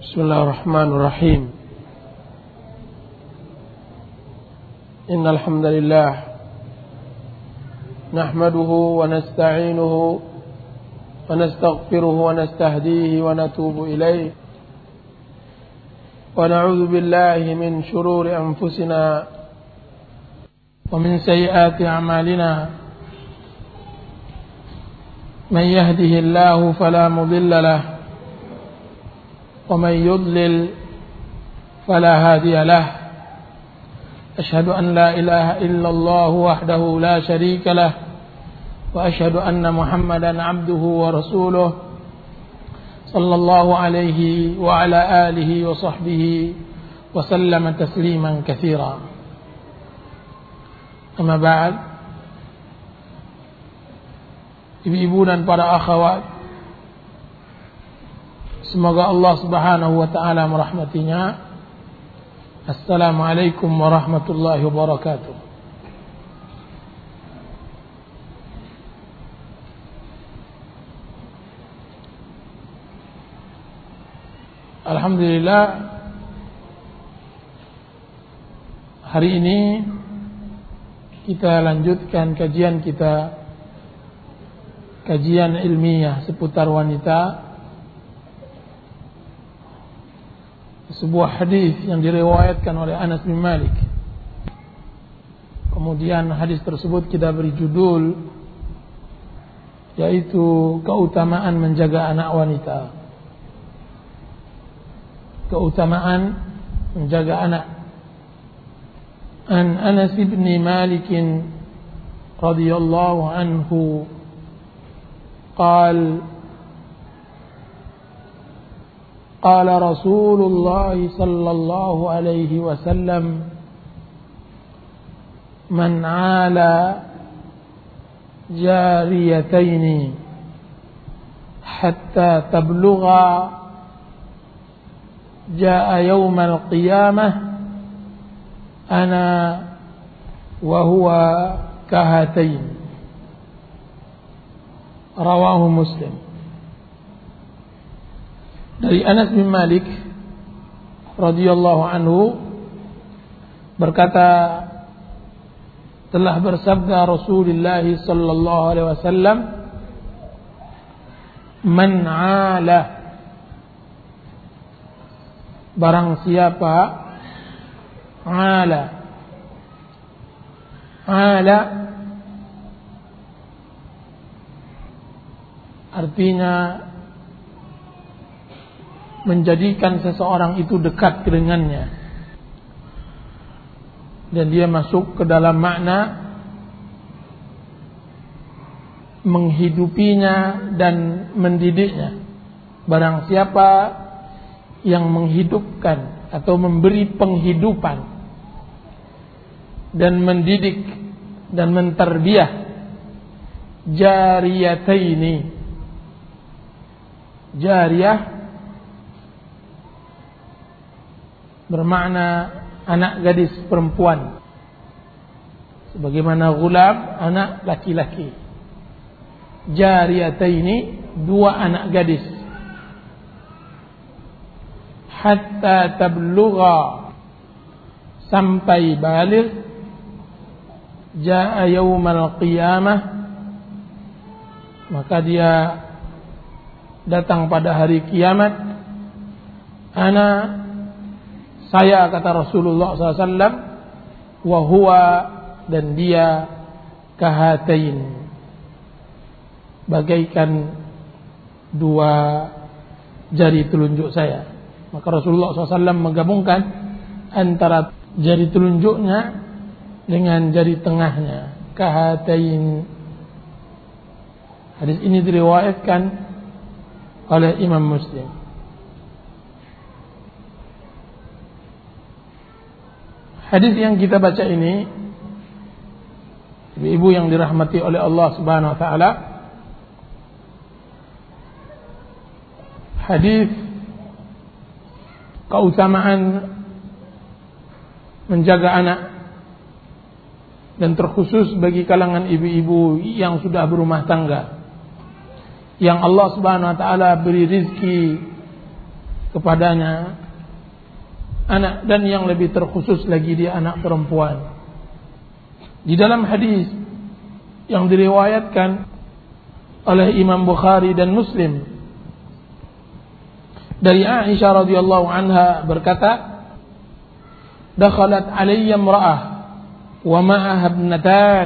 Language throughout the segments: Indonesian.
Bismillahirrahmanirrahim. Innal hamdalillah nahmaduhu wa nasta'inuhu wa nastaghfiruhu wa nastahdihi wa natubu ilayh wa na'udzu billahi min shururi anfusina wa min sayyiati a'malina. Man yahdihillahu fala mudilla lahu ومن يضلل فلا هادي له أشهد أن لا إله إلا الله وحده لا شريك له وأشهد أن محمدا عبده ورسوله صلى الله عليه وعلى آله وصحبه وسلم تسليما كثيرا. أما بعد, ibu-ibu dan para akhwat, semoga Allah Subhanahu wa taala merahmatinya. Assalamualaikum warahmatullahi wabarakatuh. Alhamdulillah, hari ini kita lanjutkan kajian ilmiah seputar wanita. Sebuah hadis yang diriwayatkan oleh Anas bin Malik. Kemudian hadis tersebut kita beri judul, yaitu keutamaan menjaga anak wanita. Keutamaan menjaga anak. An Anas bin Malik radhiyallahu anhu قال قال رسول الله صلى الله عليه وسلم من عال جاريتين حتى تبلغا جاء يوم القيامة أنا وهو كهاتين. رواه مسلم. Dari Anas bin Malik radhiyallahu anhu berkata, telah bersabda Rasulullah sallallahu alaihi wasallam, man 'ala, barang siapa 'ala artinya menjadikan seseorang itu dekat dengannya, dan dia masuk ke dalam makna menghidupinya dan mendidiknya. Barang siapa yang menghidupkan atau memberi penghidupan dan mendidik dan mentarbiyah jariyataini. Jariyah bermakna anak gadis perempuan, sebagaimana ghulam anak laki-laki. Jariyataini, dua anak gadis. Hatta tablugha, sampai baligh. Jaa yaumal qiyamah, maka dia datang pada hari kiamat. Saya, kata Rasulullah SAW, wa huwa, dan dia, kahatain, bagaikan dua jari telunjuk saya. Maka Rasulullah SAW menggabungkan antara jari telunjuknya dengan jari tengahnya, kahatain. Hadis ini diriwayatkan oleh Imam Muslim. Hadis yang kita baca ini, ibu-ibu yang dirahmati oleh Allah Subhanahu wa taala, hadis keutamaan menjaga anak, dan terkhusus bagi kalangan ibu-ibu yang sudah berumah tangga, yang Allah Subhanahu wa taala beri rizki kepadanya anak, dan yang lebih terkhusus lagi dia anak perempuan. Di dalam hadis yang diriwayatkan oleh Imam Bukhari dan Muslim dari Aisyah radhiyallahu anha berkata, dakhalat alayya imra'ah wa ma'aha ibnatan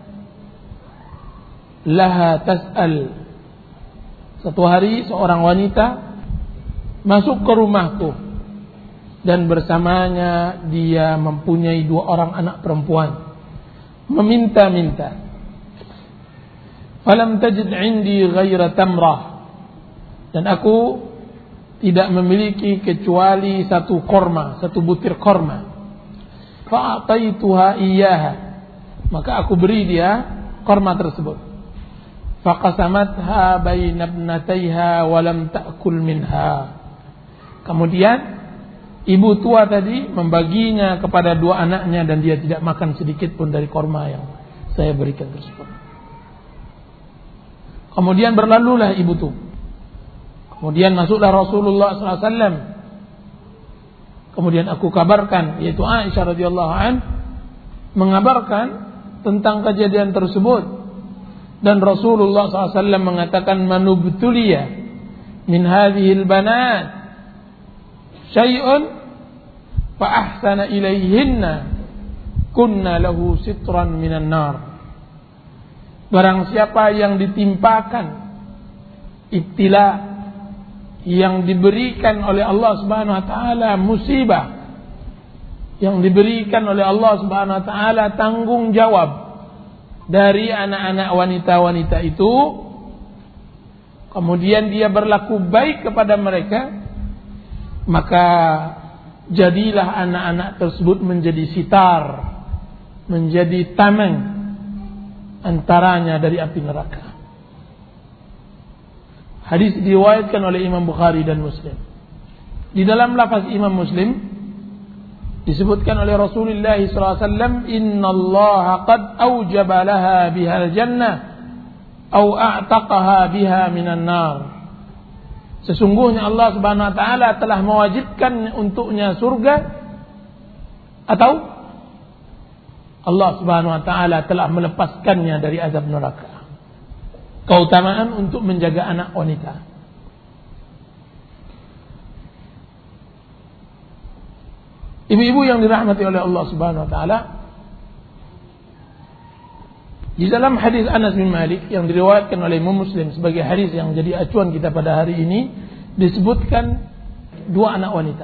laha tas'al. Satu hari seorang wanita masuk ke rumahku dan bersamanya dia mempunyai 2 orang anak perempuan, meminta-minta. Falam tajid 'indi ghaira tamrah, dan aku tidak memiliki kecuali 1 korma, 1 butir korma. Fa'ataituha iyyaha, maka aku beri dia korma tersebut. Faqasamatha baina ibnatayha wa lam ta'kul minha. Kemudian ibu tua tadi membaginya kepada 2 anaknya dan dia tidak makan sedikit pun dari korma yang saya berikan tersebut. Kemudian berlalulah ibu itu. Kemudian masuklah Rasulullah SAW. Kemudian aku kabarkan, yaitu Aisyah radhiyallahu an mengabarkan tentang kejadian tersebut. Dan Rasulullah SAW mengatakan, manubtuliya min hadhil banat syai'un fa ahsana ilaihinna kunna lahu sitran minan nar. Barang siapa yang ditimpakan ibtila, yang diberikan oleh Allah Subhanahu wa taala musibah, yang diberikan oleh Allah Subhanahu wa taala tanggung jawab dari anak-anak wanita-wanita itu, kemudian dia berlaku baik kepada mereka, maka jadilah anak-anak tersebut menjadi sitar, menjadi tameng antaranya dari api neraka. Hadis diriwayatkan oleh Imam Bukhari dan Muslim. Di dalam lafaz Imam Muslim disebutkan oleh Rasulullah SAW, innallaha qad aujaba laha bihal jannah au a'taqaha biha minan nar. Sesungguhnya Allah Subhanahu wa taala telah mewajibkan untuknya surga, atau Allah Subhanahu wa taala telah melepaskannya dari azab neraka. Keutamaan untuk menjaga anak wanita. Ibu-ibu yang dirahmati oleh Allah Subhanahu wa taala, di dalam hadis Anas bin Malik yang diriwayatkan oleh Imam Muslim sebagai hadis yang jadi acuan kita pada hari ini, disebutkan 2 anak wanita.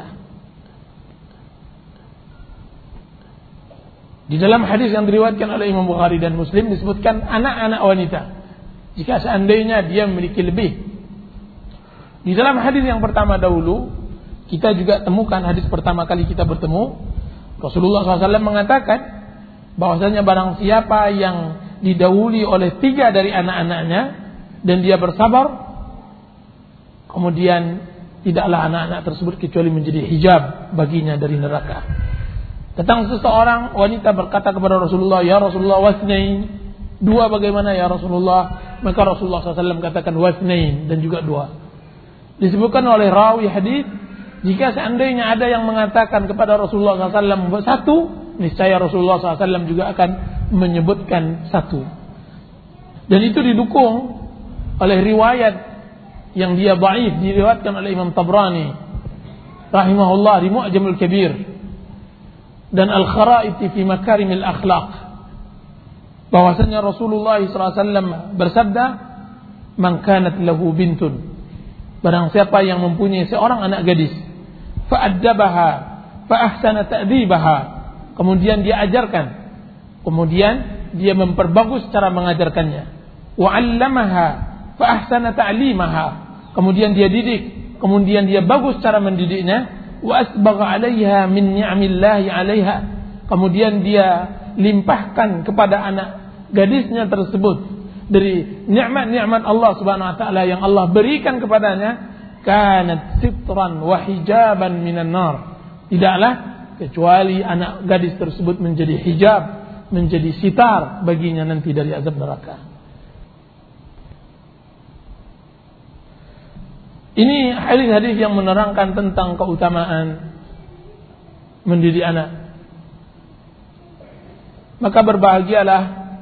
Di dalam hadis yang diriwayatkan oleh Imam Bukhari dan Muslim disebutkan anak-anak wanita, jika seandainya dia memiliki lebih. Di dalam hadis yang pertama dahulu, kita juga temukan hadis pertama kali kita bertemu, Rasulullah SAW mengatakan bahwasanya barang siapa yang didahului oleh 3 dari anak-anaknya dan dia bersabar, kemudian tidaklah anak-anak tersebut kecuali menjadi hijab baginya dari neraka. Datang seseorang wanita berkata kepada Rasulullah, ya Rasulullah, wasnain, 2 bagaimana ya Rasulullah? Maka Rasulullah SAW katakan wasnain, dan juga 2. Disebutkan oleh rawi hadis, jika seandainya ada yang mengatakan kepada Rasulullah SAW 1, niscaya Rasulullah SAW juga akan menyebutkan 1. Dan itu didukung oleh riwayat yang dia dhaif, diriwayatkan oleh Imam Tabrani rahimahullah di Mu'jamul Kabir dan Al-Kharaiti fi Makarimil Akhlaq, bahwasanya Rasulullah SAW bersabda, man kanat lahu bintun, barang siapa yang mempunyai seorang anak gadis, fa'addabaha fa'ahsana ta'dibaha, kemudian dia ajarkan, kemudian dia memperbagus cara mengajarkannya, wa'allamaha fa'ahsana ta'limaha, kemudian dia didik, kemudian dia bagus cara mendidiknya, wa asbagha 'alaiha min ni'amillahi 'alaiha, kemudian dia limpahkan kepada anak gadisnya tersebut dari nikmat-nikmat Allah Subhanahu wa taala yang Allah berikan kepadanya, kanat sitran wa hijaban minan nar, tidaklah kecuali anak gadis tersebut menjadi hijab, menjadi sitar baginya nanti dari azab neraka. Ini hadis-hadis yang menerangkan tentang keutamaan mendidik anak. Maka berbahagialah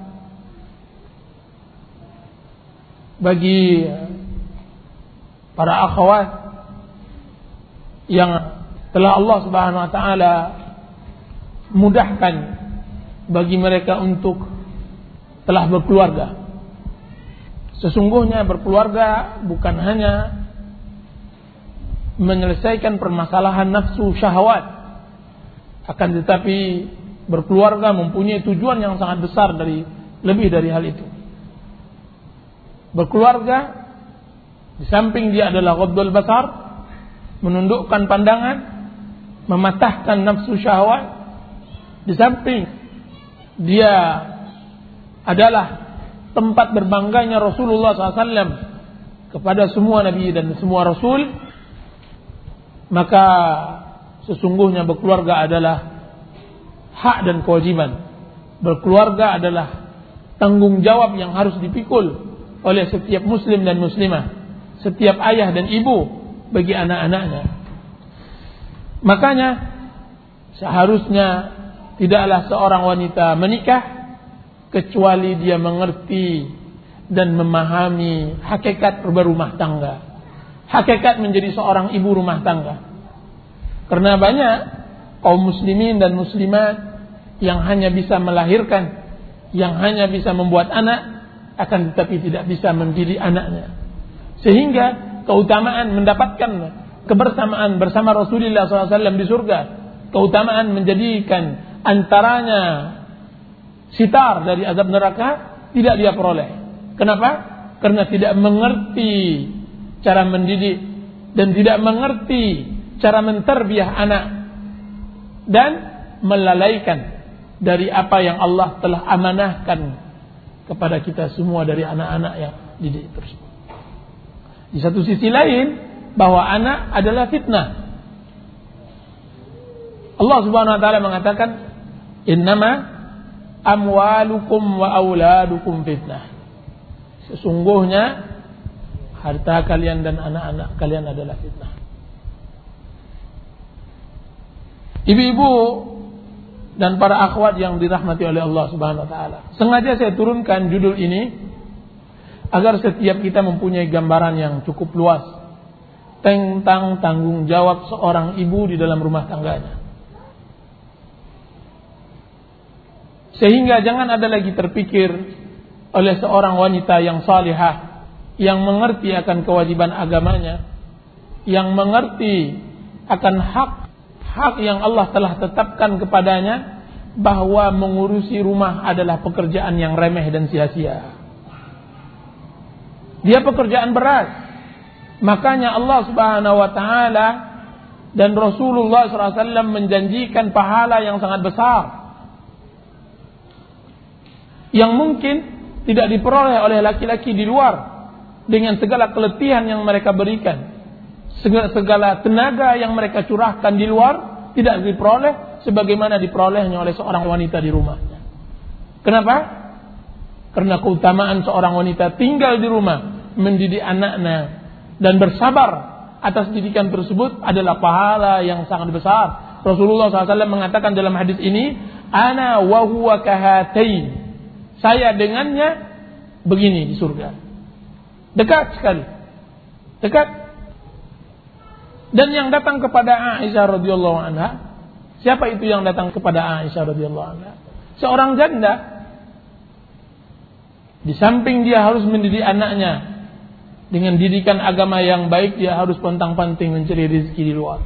bagi para akhwat yang telah Allah Subhanahu wa taala mudahkan bagi mereka untuk telah berkeluarga. Sesungguhnya berkeluarga bukan hanya menyelesaikan permasalahan nafsu syahwat, akan tetapi berkeluarga mempunyai tujuan yang sangat besar lebih dari hal itu. Berkeluarga di samping dia adalah ghaddul basar, menundukkan pandangan, mematahkan nafsu syahwat, di samping dia adalah tempat berbangganya Rasulullah SAW kepada semua nabi dan semua rasul. Maka sesungguhnya berkeluarga adalah hak dan kewajiban. Berkeluarga adalah tanggung jawab yang harus dipikul oleh setiap muslim dan muslimah, setiap ayah dan ibu bagi anak-anaknya. Makanya seharusnya tidaklah seorang wanita menikah kecuali dia mengerti dan memahami hakikat berumah tangga, hakikat menjadi seorang ibu rumah tangga. Karena banyak kaum muslimin dan muslimat yang hanya bisa melahirkan, yang hanya bisa membuat anak, akan tetapi tidak bisa mendidik anaknya. Sehingga keutamaan mendapatkan kebersamaan bersama Rasulullah SAW di surga, keutamaan menjadikan antaranya sitar dari azab neraka, tidak dia peroleh. Kenapa? Karena tidak mengerti cara mendidik dan tidak mengerti cara menterbiah anak, dan melalaikan dari apa yang Allah telah amanahkan kepada kita semua dari anak-anak yang didik tersebut. Di satu sisi lain, bahwa anak adalah fitnah. Allah Subhanahu wa taala mengatakan, "Innama amwalukum wa auladukum fitnah." Sesungguhnya harta kalian dan anak-anak kalian adalah fitnah. Ibu-ibu dan para akhwat yang dirahmati oleh Allah Subhanahu wa taala, sengaja saya turunkan judul ini agar setiap kita mempunyai gambaran yang cukup luas tentang tanggung jawab seorang ibu di dalam rumah tangganya. Sehingga jangan ada lagi terpikir oleh seorang wanita yang salihah, yang mengerti akan kewajiban agamanya, yang mengerti akan hak yang Allah telah tetapkan kepadanya, bahwa mengurusi rumah adalah pekerjaan yang remeh dan sia-sia. Dia pekerjaan berat. Makanya Allah Subhanahu wa taala dan Rasulullah SAW menjanjikan pahala yang sangat besar, yang mungkin tidak diperoleh oleh laki-laki di luar dengan segala keletihan yang mereka berikan, segala tenaga yang mereka curahkan di luar tidak diperoleh sebagaimana diperolehnya oleh seorang wanita di rumahnya. Kenapa? Karena keutamaan seorang wanita tinggal di rumah, mendidik anaknya dan bersabar atas didikan tersebut adalah pahala yang sangat besar. Rasulullah SAW mengatakan dalam hadis ini, "Ana wa huwa kahatain." Saya dengannya begini di surga. Dekat sekali. Dekat. Dan yang datang kepada Aisyah radhiyallahu anha, siapa itu yang datang kepada Aisyah radhiyallahu anha? Seorang janda. Di samping dia harus mendidik anaknya dengan didikan agama yang baik, dia harus pontang-panting mencari rezeki di luar.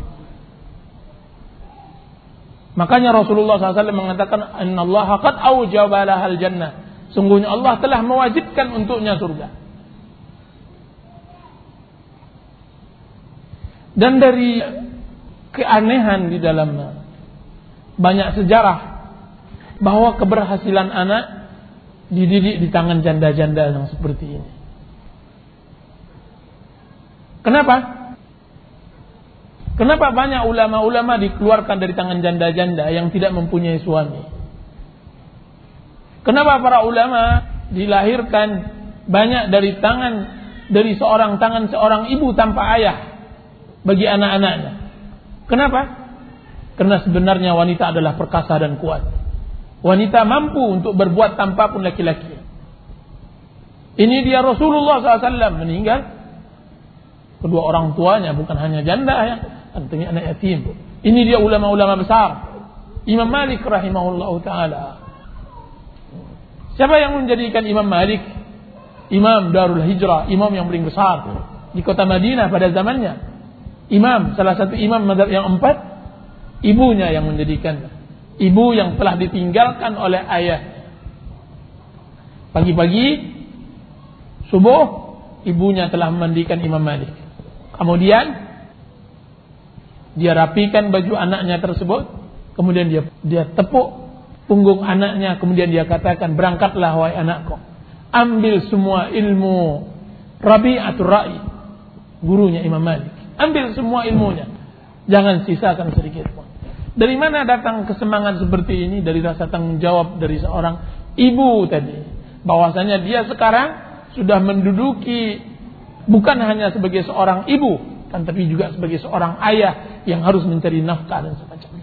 Makanya Rasulullah SAW mengatakan, "Innallaha qad aujaba lahal jannah." Sungguhnya Allah telah mewajibkan untuknya surga. Dan dari keanehan di dalam banyak sejarah bahwa keberhasilan anak dididik di tangan janda-janda yang seperti ini. Kenapa? Kenapa banyak ulama-ulama dikeluarkan dari tangan janda-janda yang tidak mempunyai suami? Kenapa para ulama dilahirkan banyak dari tangan dari seorang tangan seorang ibu tanpa ayah bagi anak-anaknya. Kenapa? Karena sebenarnya wanita adalah perkasa dan kuat. Wanita mampu untuk berbuat tanpa pun laki-laki. Ini dia Rasulullah SAW meninggal. Kedua orang tuanya bukan hanya janda ya, tentunya anak yatim. Ini dia ulama-ulama besar. Imam Malik rahimahullah ta'ala. Siapa yang menjadikan Imam Malik Imam Darul Hijrah, imam yang paling besar di kota Madinah pada zamannya? Imam, salah satu imam mazhab yang 4, ibunya yang menjadikan. Ibu yang telah ditinggalkan oleh ayahnya. Pagi-pagi subuh ibunya telah memandikan Imam Malik. Kemudian dia rapikan baju anaknya tersebut. Kemudian dia tepuk punggung anaknya. Kemudian dia katakan, berangkatlah wahai anakku, ambil semua ilmu Rabi'atul Ra'i, gurunya Imam Malik. Ambil semua ilmunya, jangan sisakan sedikit pun. Dari mana datang kesemangat seperti ini? Dari rasa tanggung jawab dari seorang ibu tadi, bahwasanya dia sekarang sudah menduduki bukan hanya sebagai seorang ibu, kan, tapi juga sebagai seorang ayah yang harus mencari nafkah dan semacamnya.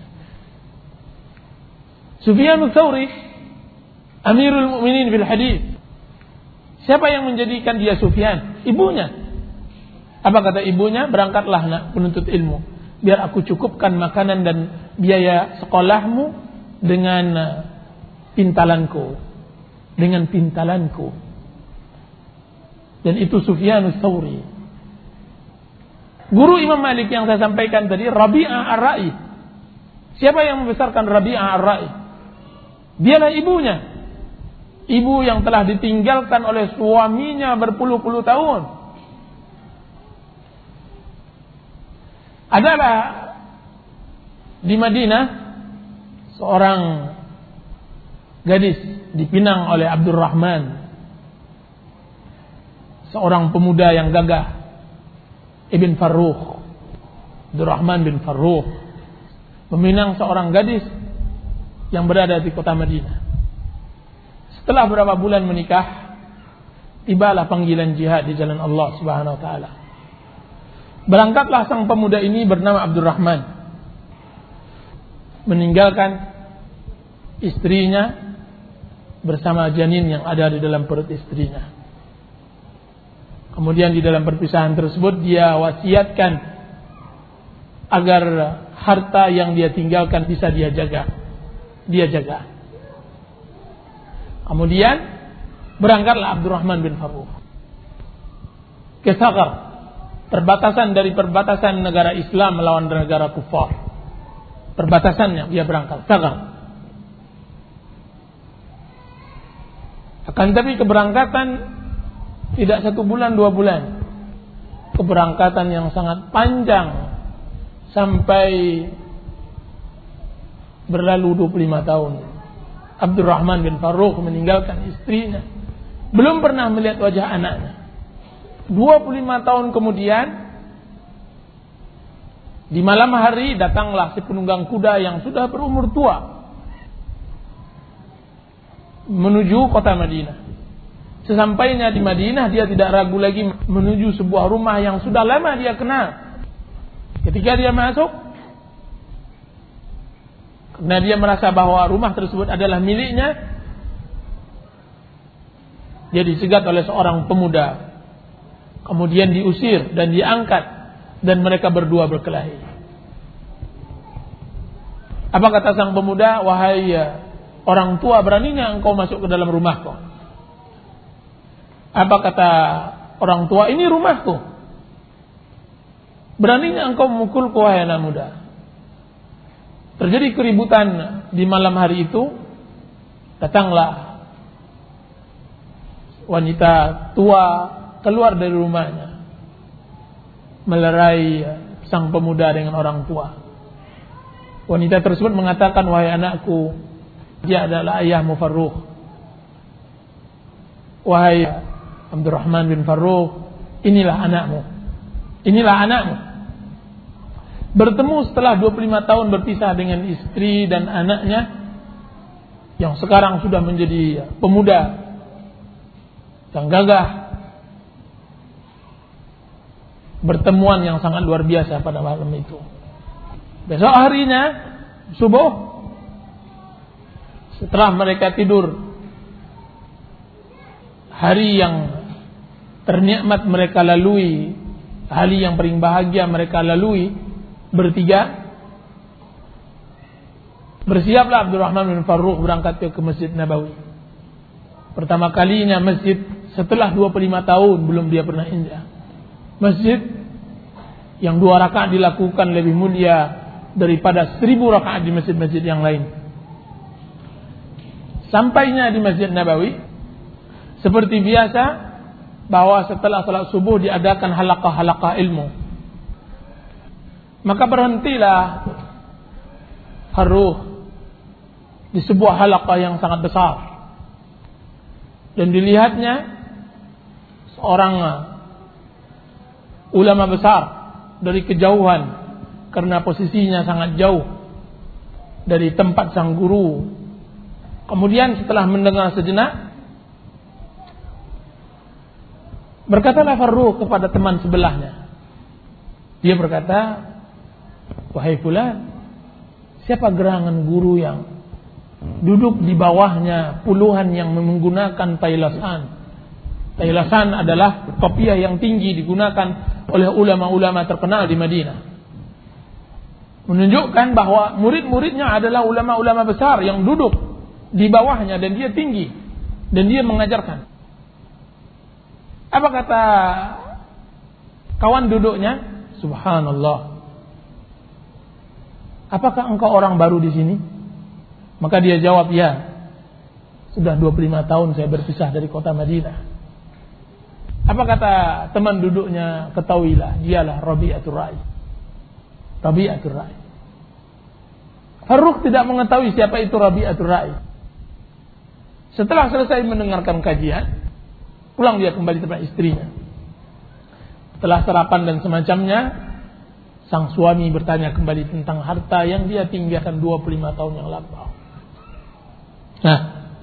Sufyan Ats-Tsauri, Amirul Mukminin fil hadis. Siapa yang menjadikan dia Sufyan? Ibunya. Apa kata ibunya? Berangkatlah nak penuntut ilmu, biar aku cukupkan makanan dan biaya sekolahmu dengan pintalanku. Dengan pintalanku. Dan itu Sufyan Ats-Tsauri. Guru Imam Malik yang saya sampaikan tadi, Rabi'ah Ar-Ra'i. Siapa yang membesarkan Rabi'ah Ar-Ra'i? Dialah ibunya. Ibu yang telah ditinggalkan oleh suaminya berpuluh-puluh tahun. Adalah di Madinah seorang gadis dipinang oleh Abdurrahman, seorang pemuda yang gagah, Ibn Farrukh. Abdurrahman bin Farrukh meminang seorang gadis yang berada di kota Madinah. Setelah beberapa bulan menikah, tibalah panggilan jihad di jalan Allah Subhanahu wa taala. Berangkatlah sang pemuda ini bernama Abdurrahman, meninggalkan istrinya bersama janin yang ada di dalam perut istrinya. Kemudian di dalam perpisahan tersebut dia wasiatkan agar harta yang dia tinggalkan bisa dia jaga. Kemudian berangkatlah Abdurrahman bin Farrukh ke Sagar, perbatasan dari perbatasan negara Islam melawan negara kufar. Perbatasannya dia berangkat Sagar. Akan tapi keberangkatan tidak 1 bulan 2 bulan. Keberangkatan yang sangat panjang sampai berlalu 25 tahun. Abdurrahman bin Farrukh meninggalkan istrinya, belum pernah melihat wajah anaknya. 25 tahun kemudian, di malam hari datanglah si penunggang kuda yang sudah berumur tua menuju kota Madinah. Sesampainya di Madinah, dia tidak ragu lagi menuju sebuah rumah yang sudah lama dia kenal. Ketika dia masuk, karena dia merasa bahwa rumah tersebut adalah miliknya, dia dicegat oleh seorang pemuda. Kemudian diusir dan diangkat, dan mereka berdua berkelahi. Apa kata sang pemuda? Wahai orang tua, beraninya engkau masuk ke dalam rumahku. Apa kata orang tua? Ini rumahku. Beraninya engkau memukulku, wahai anak muda. Terjadi keributan di malam hari itu. Datanglah wanita tua keluar dari rumahnya, melerai sang pemuda dengan orang tua. Wanita tersebut mengatakan, wahai anakku, dia adalah ayahmu Farrukh. Wahai Abdurrahman bin Farrukh, inilah anakmu. Inilah anakmu. Bertemu setelah 25 tahun berpisah dengan istri dan anaknya, yang sekarang sudah menjadi pemuda yang gagah. pertemuan yang sangat luar biasa pada malam itu. Besok harinya subuh, setelah mereka tidur, hari yang ternikmat mereka lalui, hari yang paling bahagia mereka lalui bertiga, bersiaplah Abdurrahman bin Farrukh berangkat ke Masjid Nabawi. Pertama kalinya masjid setelah 25 tahun belum dia pernah injak. Masjid yang 2 rakaat dilakukan lebih mulia daripada 1000 rakaat di masjid-masjid yang lain. Sampainya di Masjid Nabawi, seperti biasa, bahwa setelah salat subuh diadakan halaqah-halaqah ilmu. Maka berhentilah Farrukh di sebuah halaqah yang sangat besar. Dan dilihatnya seorang ulama besar dari kejauhan, karena posisinya sangat jauh dari tempat sang guru. Kemudian setelah mendengar sejenak, berkatalah Farrukh kepada teman sebelahnya. Dia berkata, "Wahai fulan, siapa gerangan guru yang duduk di bawahnya puluhan yang menggunakan tailasan?" Tailasan adalah kopiah yang tinggi digunakan oleh ulama-ulama terkenal di Madinah. Menunjukkan bahwa murid-muridnya adalah ulama-ulama besar yang duduk di bawahnya dan dia tinggi dan dia mengajarkan. Apa kata kawan duduknya? Subhanallah. Apakah engkau orang baru di sini? Maka dia jawab, ya. Sudah 25 tahun saya berpisah dari kota Madinah. Apa kata teman duduknya? Ketahuilah, dialah Rabi'atul Ra'i. Rabi'atul Ra'i. Farrukh tidak mengetahui siapa itu Rabi'atul Ra'i. Setelah selesai mendengarkan kajian, pulang dia kembali tempat istrinya. Setelah sarapan dan semacamnya, sang suami bertanya kembali tentang harta yang dia tinggalkan 25 tahun yang lampau. Nah,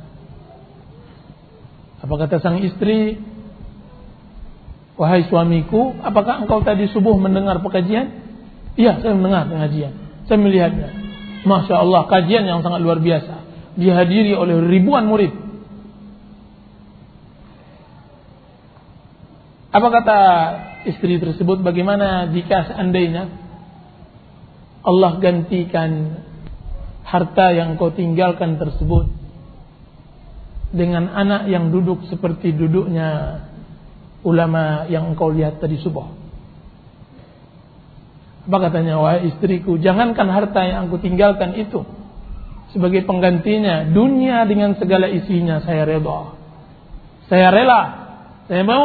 apa kata sang istri? Wahai suamiku, apakah engkau tadi subuh mendengar pengajian? Iya, saya mendengar pengajian. Saya melihatnya. Masya Allah, kajian yang sangat luar biasa. Dihadiri oleh ribuan murid. Apa kata istri tersebut? Bagaimana jika seandainya Allah gantikan harta yang kau tinggalkan tersebut dengan anak yang duduk seperti duduknya ulama yang engkau lihat tadi subuh? Apa katanya? Wahai istriku, jangankan harta yang aku tinggalkan itu sebagai penggantinya, dunia dengan segala isinya saya rela. Saya rela, saya mau.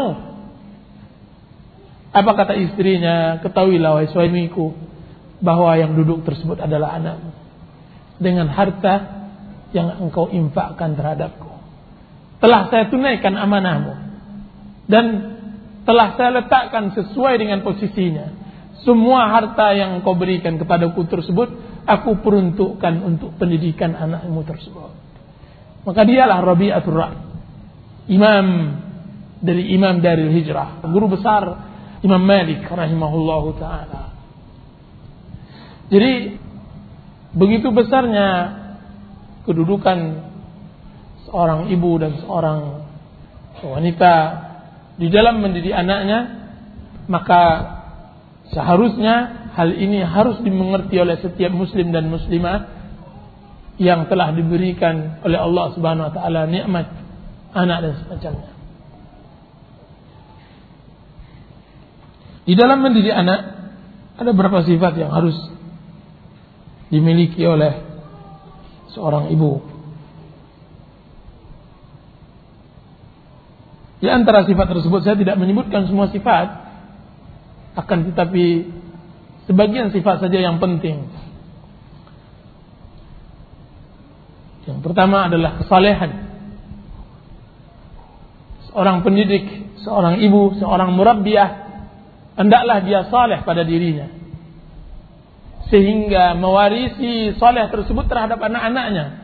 Apa kata istrinya? Ketahuilah wahai suamiku, bahwa yang duduk tersebut adalah anakmu, dengan harta yang engkau infakkan terhadapku. Telah saya tunaikan amanahmu dan telah saya letakkan sesuai dengan posisinya. Semua harta yang engkau berikan kepadaku tersebut, aku peruntukkan untuk pendidikan anakmu tersebut. Maka dialah Rabi'atul Ra'i, imam dari hijrah, guru besar Imam Malik rahimahullahu ta'ala. Jadi begitu besarnya kedudukan seorang ibu dan seorang wanita di dalam mendidik anaknya, maka seharusnya hal ini harus dimengerti oleh setiap muslim dan muslimah yang telah diberikan oleh Allah Subhanahu wa taala nikmat anak dan semacamnya. Di dalam mendidik anak ada beberapa sifat yang harus dimiliki oleh seorang ibu. Di antara sifat tersebut saya tidak menyebutkan semua sifat, akan tetapi sebagian sifat saja yang penting. Yang pertama adalah kesalehan. Seorang pendidik, seorang ibu, seorang murabbiyah, hendaklah dia saleh pada dirinya, sehingga mewarisi saleh tersebut terhadap anak-anaknya.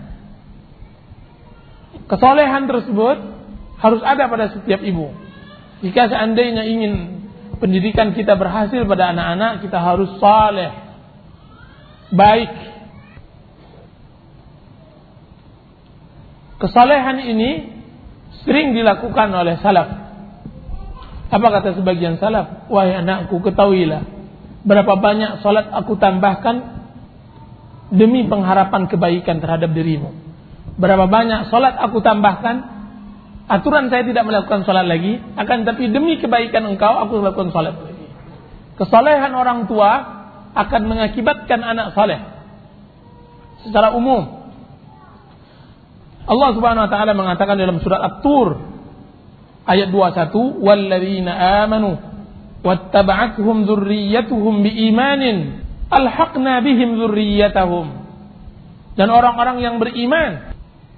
Kesalehan tersebut harus ada pada setiap ibu. Jika seandainya ingin pendidikan kita berhasil pada anak-anak, kita harus saleh, baik. Kesalehan ini sering dilakukan oleh salaf. Apa kata sebagian salaf? Wahai anakku, ketahuilah berapa banyak salat aku tambahkan demi pengharapan kebaikan terhadap dirimu. Berapa banyak salat aku tambahkan, aturan saya tidak melakukan salat lagi, akan tapi demi kebaikan engkau aku melakukan salat lagi. Kesalehan orang tua akan mengakibatkan anak saleh secara umum. Allah Subhanahu wa taala mengatakan dalam surat At-Tur ayat 21, "Walladzina amanu wattaba'athum dzurriyyatuhum biimanin alhaqna bihim dzurriyyatahum." Dan orang-orang yang beriman,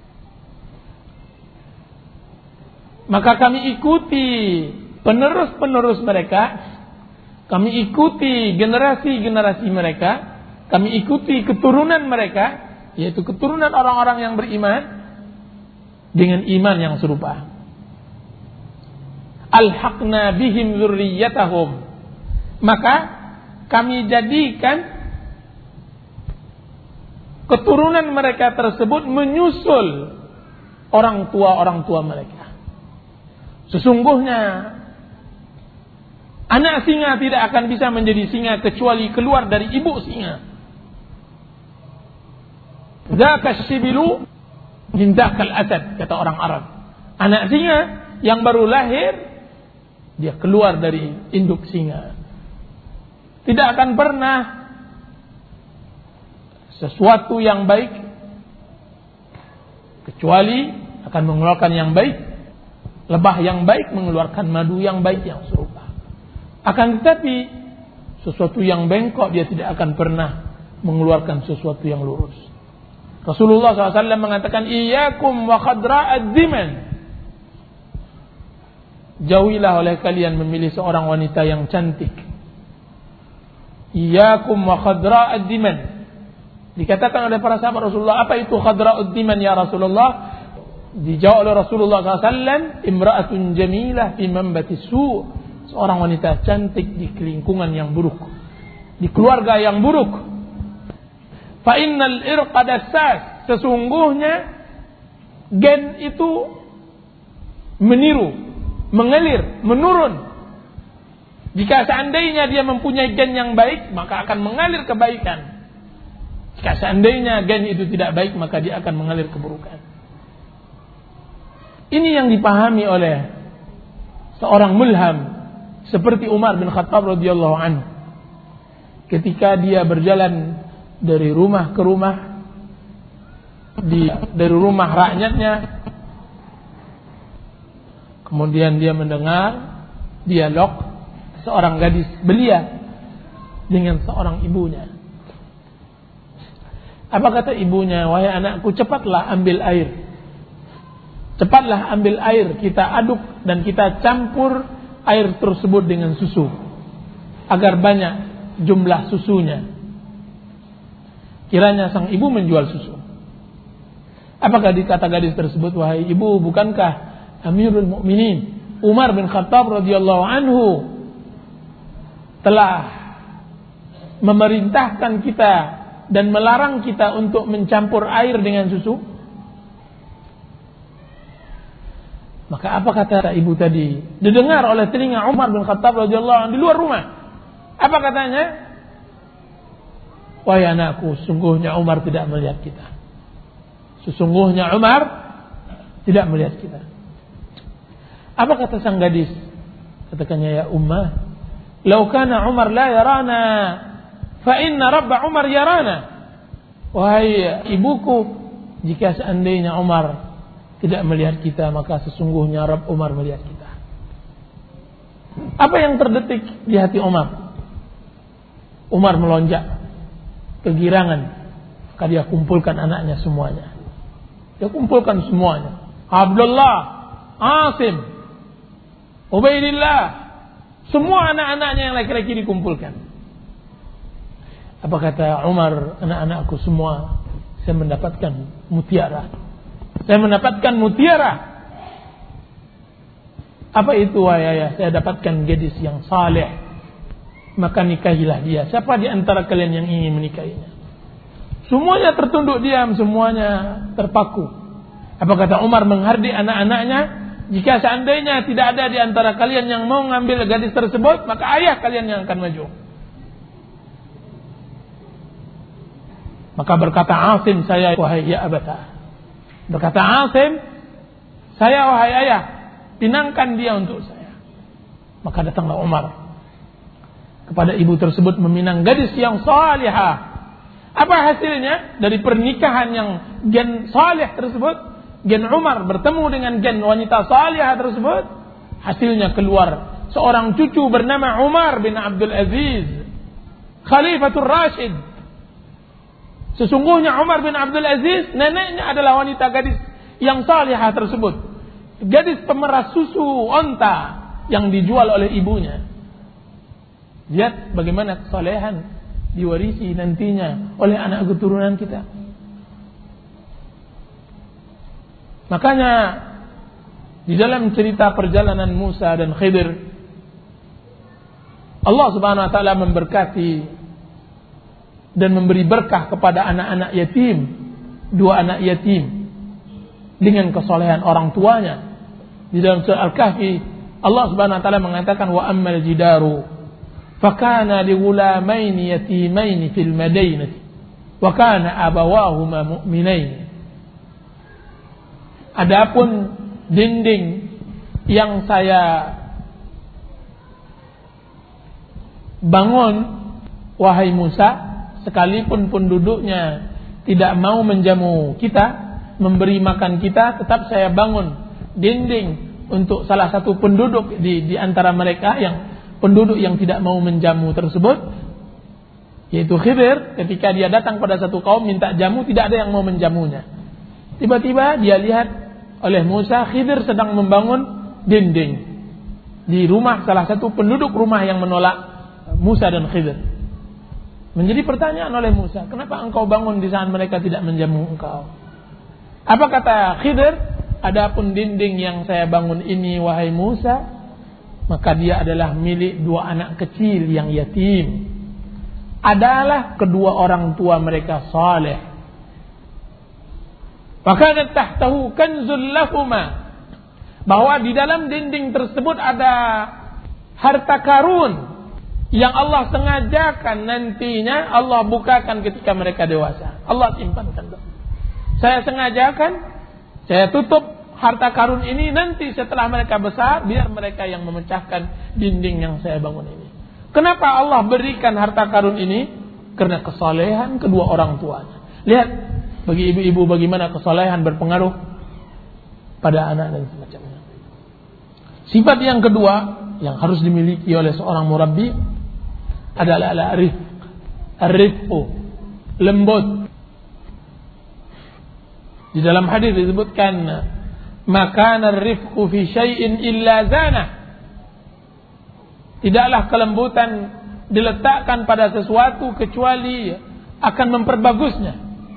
maka kami ikuti penerus-penerus mereka, kami ikuti generasi-generasi mereka, kami ikuti keturunan mereka, yaitu keturunan orang-orang yang beriman dengan iman yang serupa. Alhaqna bihim dzurriyyatahum, maka kami jadikan keturunan mereka tersebut menyusul orang tua mereka. Sesungguhnya anak singa tidak akan bisa menjadi singa kecuali keluar dari ibu singa. Dzaka syibilu min dzakal asad, kata orang Arab. Anak singa yang baru lahir, dia keluar dari induk singa. Tidak akan pernah sesuatu yang baik kecuali akan mengeluarkan yang baik. Lebah yang baik mengeluarkan madu yang baik yang serupa. Akan tetapi sesuatu yang bengkok dia tidak akan pernah mengeluarkan sesuatu yang lurus. Rasulullah SAW mengatakan, "Iyyakum wa khadra'ad diman." Jauhilah oleh kalian memilih seorang wanita yang cantik. Iyyakum wa khadra'ad diman. Dikatakan oleh para sahabat Rasulullah, apa itu khadra'ud diman ya Rasulullah? Dijawab oleh Rasulullah SAW, imra'atun jamilah fi manbati su'. Seorang wanita cantik di lingkungan yang buruk, di keluarga yang buruk. Fa innal irqa dassas, sesungguhnya gen itu meniru, mengalir, menurun. Jika seandainya dia mempunyai gen yang baik, maka akan mengalir kebaikan. Jika seandainya gen itu tidak baik, maka dia akan mengalir keburukan. Ini yang dipahami oleh seorang mulham seperti Umar bin Khattab radhiyallahu anhu. Ketika dia berjalan dari rumah ke rumah, dari rumah rakyatnya, kemudian dia mendengar dialog seorang gadis belia dengan seorang ibunya. Apa kata ibunya? Wahai anakku, cepatlah ambil air. Cepatlah ambil air, kita aduk dan kita campur air tersebut dengan susu agar banyak jumlah susunya. Kiranya sang ibu menjual susu. Apakah dikata gadis tersebut, wahai ibu, bukankah Amirul Mukminin Umar bin Khattab radhiyallahu anhu telah memerintahkan kita dan melarang kita untuk mencampur air dengan susu? Maka apa kata ibu tadi? Didengar oleh telinga Umar bin Khattab radhiyallahu anhu di luar rumah. Apa katanya? Wahai anakku, sesungguhnya Umar tidak melihat kita. Sesungguhnya Umar tidak melihat kita. Apa kata sang gadis? Katakannya, ya ummah, law kana Umar la yarana, fa inna Rabba Umar yarana. Wahai ibuku, jika seandainya Umar tidak melihat kita, maka sesungguhnya Rabb Umar melihat kita. Apa yang terdetik di hati Umar? Umar melonjak kegirangan, maka dia kumpulkan anaknya semuanya. Dia kumpulkan semuanya. Abdullah, Asim, Ubaidillah, semua anak-anaknya yang laki-laki dikumpulkan. Apa kata Umar? Anak-anakku semua, saya mendapatkan mutiara. Saya mendapatkan mutiara. Apa itu wahai ayah? Saya dapatkan gadis yang saleh, maka nikahilah dia. Siapa di antara kalian yang ingin menikahinya? Semuanya tertunduk diam, semuanya terpaku. Apa kata Umar menghardik anak-anaknya? Jika seandainya tidak ada di antara kalian yang mau mengambil gadis tersebut, maka ayah kalian yang akan maju. Maka berkata Asim, saya wahai ya abata. Berkata Asim, saya wahai ayah, pinangkan dia untuk saya. Maka datanglah Umar kepada ibu tersebut meminang gadis yang salihah. Apa hasilnya dari pernikahan yang gen salih tersebut? Gen Umar bertemu dengan gen wanita salihah tersebut. Hasilnya keluar seorang cucu bernama Umar bin Abdul Aziz, Khalifatul Rashid. Sesungguhnya Umar bin Abdul Aziz, neneknya adalah wanita gadis yang salihah tersebut. Gadis pemeras susu onta yang dijual oleh ibunya. Lihat bagaimana kesalehan diwarisi nantinya oleh anak keturunan kita. Makanya di dalam cerita perjalanan Musa dan Khidir, Allah Subhanahu wa taala memberkati dan memberi berkah kepada anak-anak yatim, 2 anak yatim dengan kesalehan orang tuanya. Di dalam surah Al-Kahfi Allah Subhanahu wa taala mengatakan wa ammal jidaru fakana lighulamaini yatimaini fil madainati wa kana abawahuma mu'minain. Adapun dinding yang saya bangun wahai Musa, sekalipun penduduknya tidak mau menjamu kita, memberi makan kita, tetap saya bangun dinding untuk salah satu penduduk di antara mereka, yang penduduk yang tidak mau menjamu tersebut, yaitu Khidir. Ketika dia datang pada satu kaum minta jamu, tidak ada yang mau menjamunya. Tiba-tiba dia lihat oleh Musa, Khidir sedang membangun dinding di rumah salah satu penduduk rumah yang menolak Musa dan Khidir. Menjadi pertanyaan oleh Musa, kenapa engkau bangun di saat mereka tidak menjamu engkau? Apa kata Khidir? Adapun dinding yang saya bangun ini wahai Musa, maka dia adalah milik 2 anak kecil yang yatim. Adalah kedua orang tua mereka saleh. Maka tahtahu kanzul lahuma, bahwa di dalam dinding tersebut ada harta karun yang Allah sengajakan nantinya Allah bukakan ketika mereka dewasa. Allah simpankan. Saya sengajakan, saya tutup harta karun ini nanti setelah mereka besar, biar mereka yang memecahkan dinding yang saya bangun ini. Kenapa Allah berikan harta karun ini? Karena kesalehan kedua orang tuanya. Lihat bagi ibu-ibu bagaimana kesalehan berpengaruh pada anak dan semacamnya. Sifat yang kedua yang harus dimiliki oleh seorang murabbi adalah ar-rifqu, lembut. Di dalam hadis disebutkan maka ar-rifqu fi syai'in illa zana. Tidaklah kelembutan diletakkan pada sesuatu kecuali akan memperbagusnya.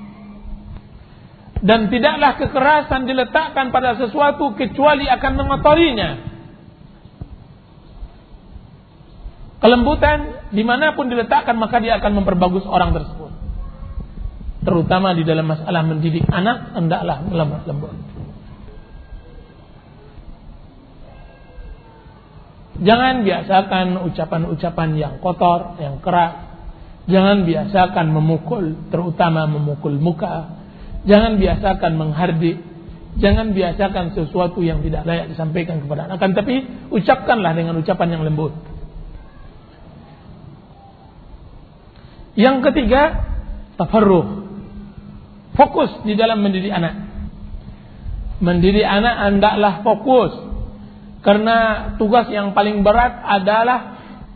Dan tidaklah kekerasan diletakkan pada sesuatu kecuali akan mengotorinya. Kelembutan dimanapun diletakkan maka dia akan memperbagus orang tersebut. Terutama di dalam masalah mendidik anak, hendaklah lemah lembut. Jangan biasakan ucapan-ucapan yang kotor, yang keras. Jangan biasakan memukul, terutama memukul muka. Jangan biasakan menghardik. Jangan biasakan sesuatu yang tidak layak disampaikan kepada anak. Akan tapi ucapkanlah dengan ucapan yang lembut. Yang ketiga, tafarruh. Fokus di dalam mendidik anak. Mendidik anak hendaklah fokus. Karena tugas yang paling berat adalah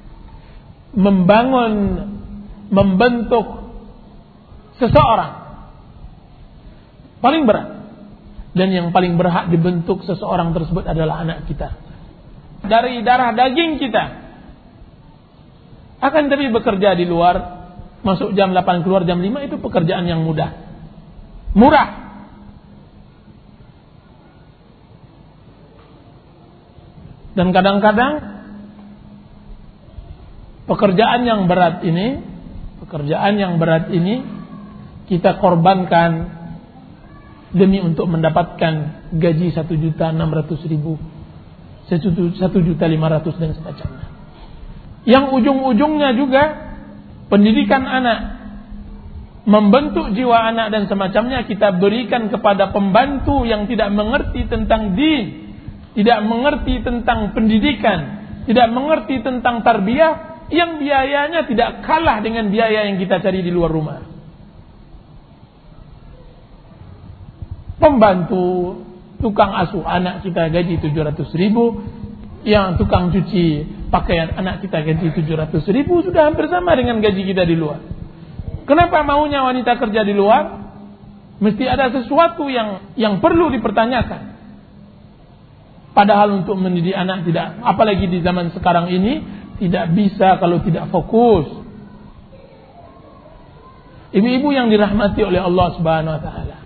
membentuk seseorang. Paling berat. Dan yang paling berhak dibentuk seseorang tersebut adalah anak kita. Dari darah daging kita. Akan tapi bekerja di luar, masuk jam 8 keluar jam 5 itu pekerjaan yang mudah. Murah. Dan kadang-kadang pekerjaan yang berat ini kita korbankan demi untuk mendapatkan gaji 1.600.000, 1.500.000 dan semacamnya. Yang ujung-ujungnya juga pendidikan anak, membentuk jiwa anak dan semacamnya kita berikan kepada pembantu yang tidak mengerti tentang din, tidak mengerti tentang pendidikan, tidak mengerti tentang tarbiyah, yang biayanya tidak kalah dengan biaya yang kita cari di luar rumah. Pembantu, tukang asuh anak kita gaji 700.000, yang tukang cuci pakaian anak kita gaji 700.000, sudah hampir sama dengan gaji kita di luar. Kenapa maunya wanita kerja di luar? Mesti ada sesuatu yang perlu dipertanyakan. Padahal untuk mendidik anak tidak, apalagi di zaman sekarang ini, tidak bisa kalau tidak fokus. Ibu-ibu yang dirahmati oleh Allah Subhanahu wa taala,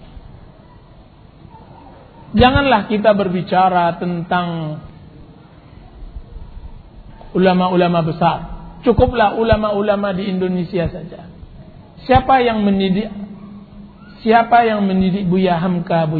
janganlah kita berbicara tentang ulama-ulama besar. Cukuplah ulama-ulama di Indonesia saja. Siapa yang mendidik Buya Hamka?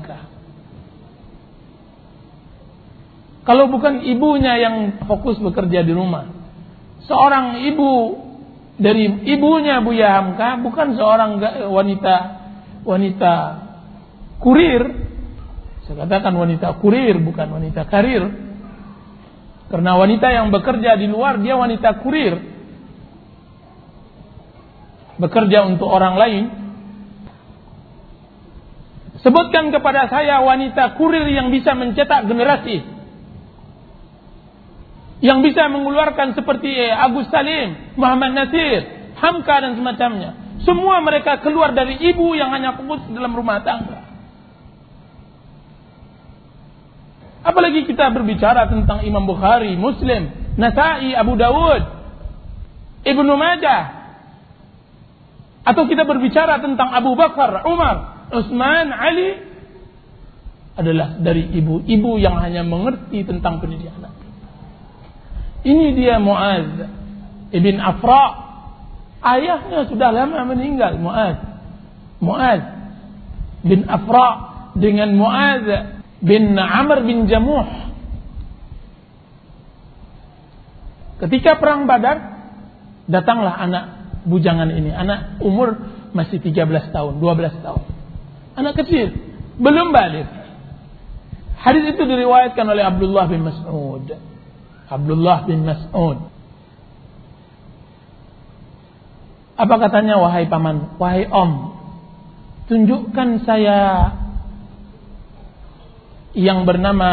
Kalau bukan ibunya yang fokus bekerja di rumah. Seorang ibu dari ibunya Buya Hamka bukan seorang wanita kurir. Saya katakan wanita kurir, bukan wanita karir. Karena wanita yang bekerja di luar, dia wanita kurir. Bekerja untuk orang lain. Sebutkan kepada saya wanita kurir yang bisa mencetak generasi, yang bisa mengeluarkan seperti Agus Salim, Muhammad Nasir, Hamka dan semacamnya. Semua mereka keluar dari ibu yang hanya fokus dalam rumah tangga. Apalagi kita berbicara tentang Imam Bukhari, Muslim, Nasa'i, Abu Dawud, Ibnu Majah. Atau kita berbicara tentang Abu Bakar, Umar, Utsman, Ali. Adalah dari ibu-ibu yang hanya mengerti tentang pendidikan anak. Ini dia Mu'adz ibn Afra. Ayahnya sudah lama meninggal, Mu'adz bin Afra dengan Mu'adz bin Amr bin Jamuh. Ketika perang Badar, datanglah anak bujangan ini, anak umur masih 13 tahun, 12 tahun. Anak kecil, belum baligh. Hadis itu diriwayatkan oleh Abdullah bin Mas'ud. Apa katanya? Wahai paman, wahai om, tunjukkan saya yang bernama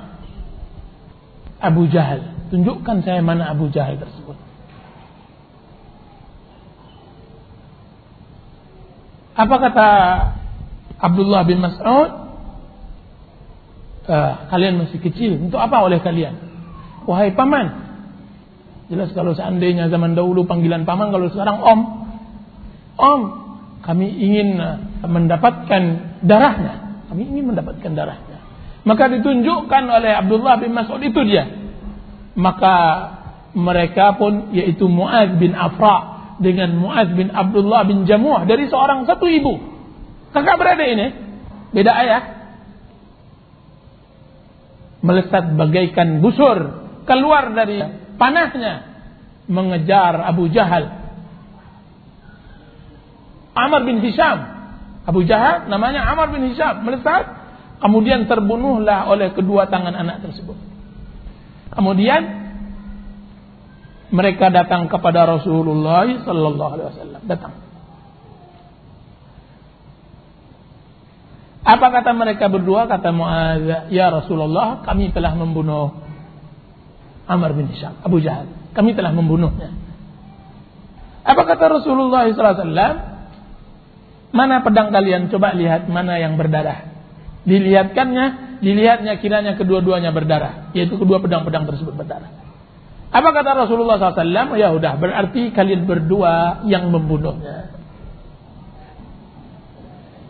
Abu Jahal. Tunjukkan saya mana Abu Jahal tersebut. Apa kata Abdullah bin Mas'ud? Kalian masih kecil, untuk apa oleh kalian? Wahai paman. Jelas kalau seandainya zaman dahulu panggilan paman, kalau sekarang om. Om, kami ingin mendapatkan darahnya. Maka ditunjukkan oleh Abdullah bin Mas'ud, itu dia. Maka mereka pun, yaitu Mu'adz bin Afra dengan Mu'adz bin Abdullah bin Jamuh, dari seorang satu ibu. Kakak beradik ini, beda ayah. Melesat bagaikan busur keluar dari panahnya mengejar Abu Jahal. Amr bin Hisham. Abu Jahal namanya Amr bin Hisham. Melesat, kemudian terbunuhlah oleh kedua tangan anak tersebut. Kemudian mereka datang kepada Rasulullah sallallahu alaihi wasallam. Datang. Apa kata mereka berdua? Kata Mu'adz, ya Rasulullah, kami telah membunuh Amr bin Hisham, Abu Jahal. Kami telah membunuhnya. Apa kata Rasulullah SAW? Mana pedang kalian? Coba lihat mana yang berdarah. Dilihatnya kiranya kedua-duanya berdarah. Yaitu kedua pedang-pedang tersebut berdarah. Apa kata Rasulullah SAW? Ya udah, berarti kalian berdua yang membunuhnya.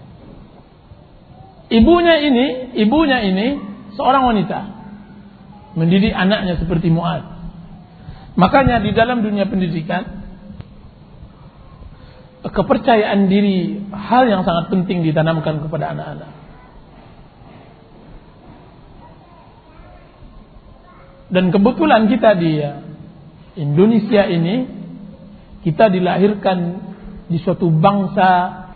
Ibunya ini seorang wanita. mendidik anaknya seperti Mu'adz. Makanya di dalam dunia pendidikan, kepercayaan diri hal yang sangat penting ditanamkan kepada anak-anak. Dan kebetulan kita di Indonesia ini, kita dilahirkan di suatu bangsa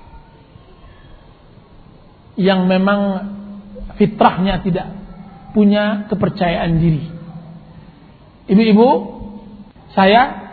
yang memang fitrahnya tidak punya kepercayaan diri. Ibu-ibu, saya